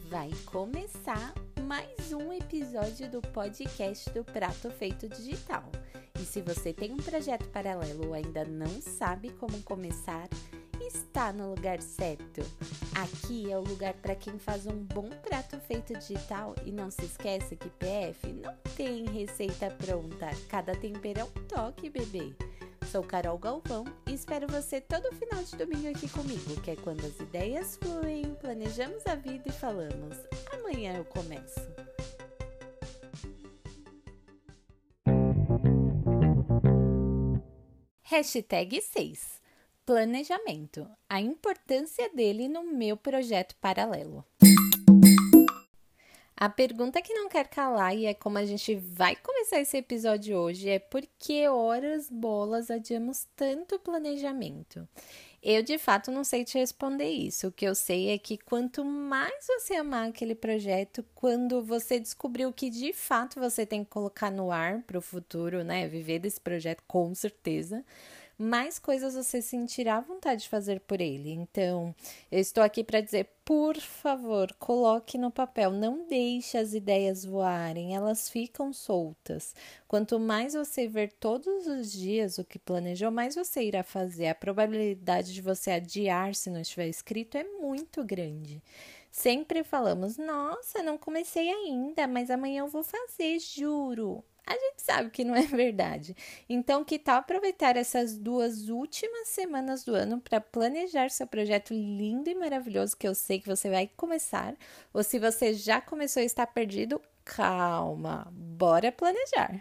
Vai começar mais um episódio do podcast do Prato Feito Digital. E se você tem um projeto paralelo ou ainda não sabe como começar, está no lugar certo. Aqui é o lugar para quem faz um bom prato feito digital e não se esqueça que PF não tem receita pronta. Cada tempero é um toque, bebê. Sou Carol Galvão e espero você todo final de domingo aqui comigo, que é quando as ideias fluem, planejamos a vida e falamos, amanhã eu começo. Hashtag 6. Planejamento. A importância dele no meu projeto paralelo. A pergunta que não quer calar e é como a gente vai começar esse episódio hoje é por que horas bolas adiamos tanto planejamento? Eu, de fato, não sei te responder isso. O que eu sei é que quanto mais você amar aquele projeto, quando você descobriu que, de fato, você tem que colocar no ar para o futuro, né? Viver desse projeto, com certeza, mais coisas você sentirá vontade de fazer por ele. Então, eu estou aqui para dizer, por favor, coloque no papel, não deixe as ideias voarem, elas ficam soltas. Quanto mais você ver todos os dias o que planejou, mais você irá fazer. A probabilidade de você adiar se não estiver escrito é muito grande. Sempre falamos, nossa, não comecei ainda, mas amanhã eu vou fazer, juro. A gente sabe que não é verdade. Então, que tal aproveitar essas 2 últimas semanas do ano para planejar seu projeto lindo e maravilhoso que eu sei que você vai começar? Ou se você já começou e está perdido, calma, bora planejar!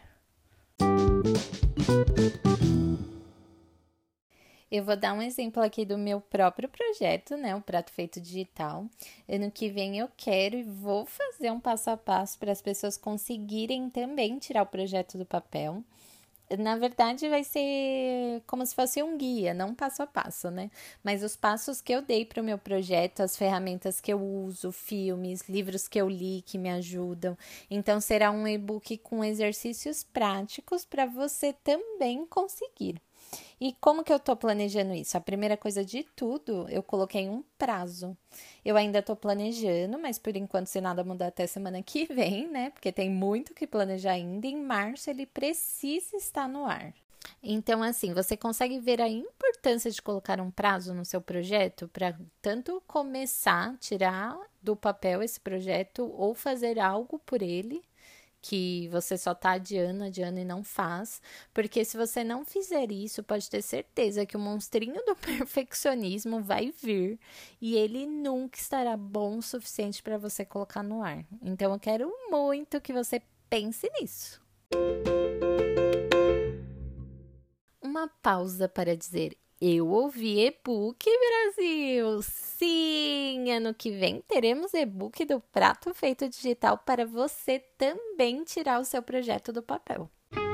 Eu vou dar um exemplo aqui do meu próprio projeto, né? O Prato Feito Digital. Ano que vem eu quero e vou fazer um passo a passo para as pessoas conseguirem também tirar o projeto do papel. Na verdade, vai ser como se fosse um guia, não passo a passo, né? Mas os passos que eu dei para o meu projeto, as ferramentas que eu uso, filmes, livros que eu li que me ajudam. Então, será um e-book com exercícios práticos para você também conseguir. E como que eu tô planejando isso? A primeira coisa de tudo, eu coloquei um prazo. Eu ainda tô planejando, mas por enquanto, se nada mudar até semana que vem, né? Porque tem muito que planejar ainda. Em março, ele precisa estar no ar. Então, assim, você consegue ver a importância de colocar um prazo no seu projeto para tanto começar, tirar do papel esse projeto ou fazer algo por ele, que você só tá adiando e não faz, porque se você não fizer isso, pode ter certeza que o monstrinho do perfeccionismo vai vir e ele nunca estará bom o suficiente para você colocar no ar. Então, eu quero muito que você pense nisso. Uma pausa para dizer, eu ouvi e-book, Brasil! Sim! Ano que vem teremos e-book do Prato Feito Digital para você também tirar o seu projeto do papel.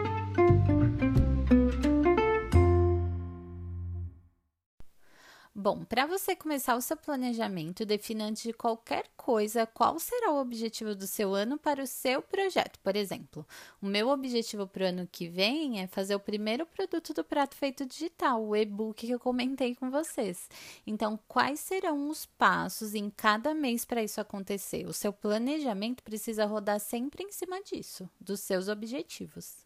Bom, para você começar o seu planejamento, defina antes de qualquer coisa qual será o objetivo do seu ano para o seu projeto. Por exemplo, o meu objetivo para o ano que vem é fazer o primeiro produto do Prato Feito Digital, o e-book que eu comentei com vocês. Então, quais serão os passos em cada mês para isso acontecer? O seu planejamento precisa rodar sempre em cima disso, dos seus objetivos.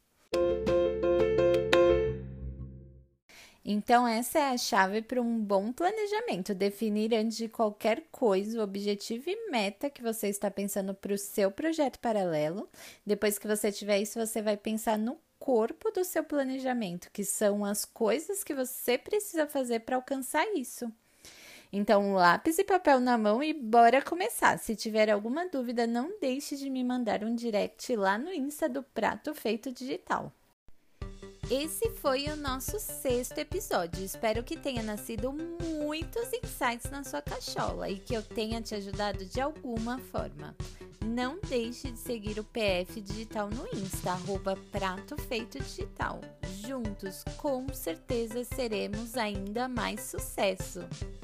Então, essa é a chave para um bom planejamento. Definir antes de qualquer coisa o objetivo e meta que você está pensando para o seu projeto paralelo. Depois que você tiver isso, você vai pensar no corpo do seu planejamento, que são as coisas que você precisa fazer para alcançar isso. Então, lápis e papel na mão e bora começar. Se tiver alguma dúvida, não deixe de me mandar um direct lá no Insta do Prato Feito Digital. Esse foi o nosso 6º episódio. Espero que tenha nascido muitos insights na sua cachola e que eu tenha te ajudado de alguma forma. Não deixe de seguir o PF Digital no Insta, @Prato Feito Digital. Juntos, com certeza, seremos ainda mais sucesso!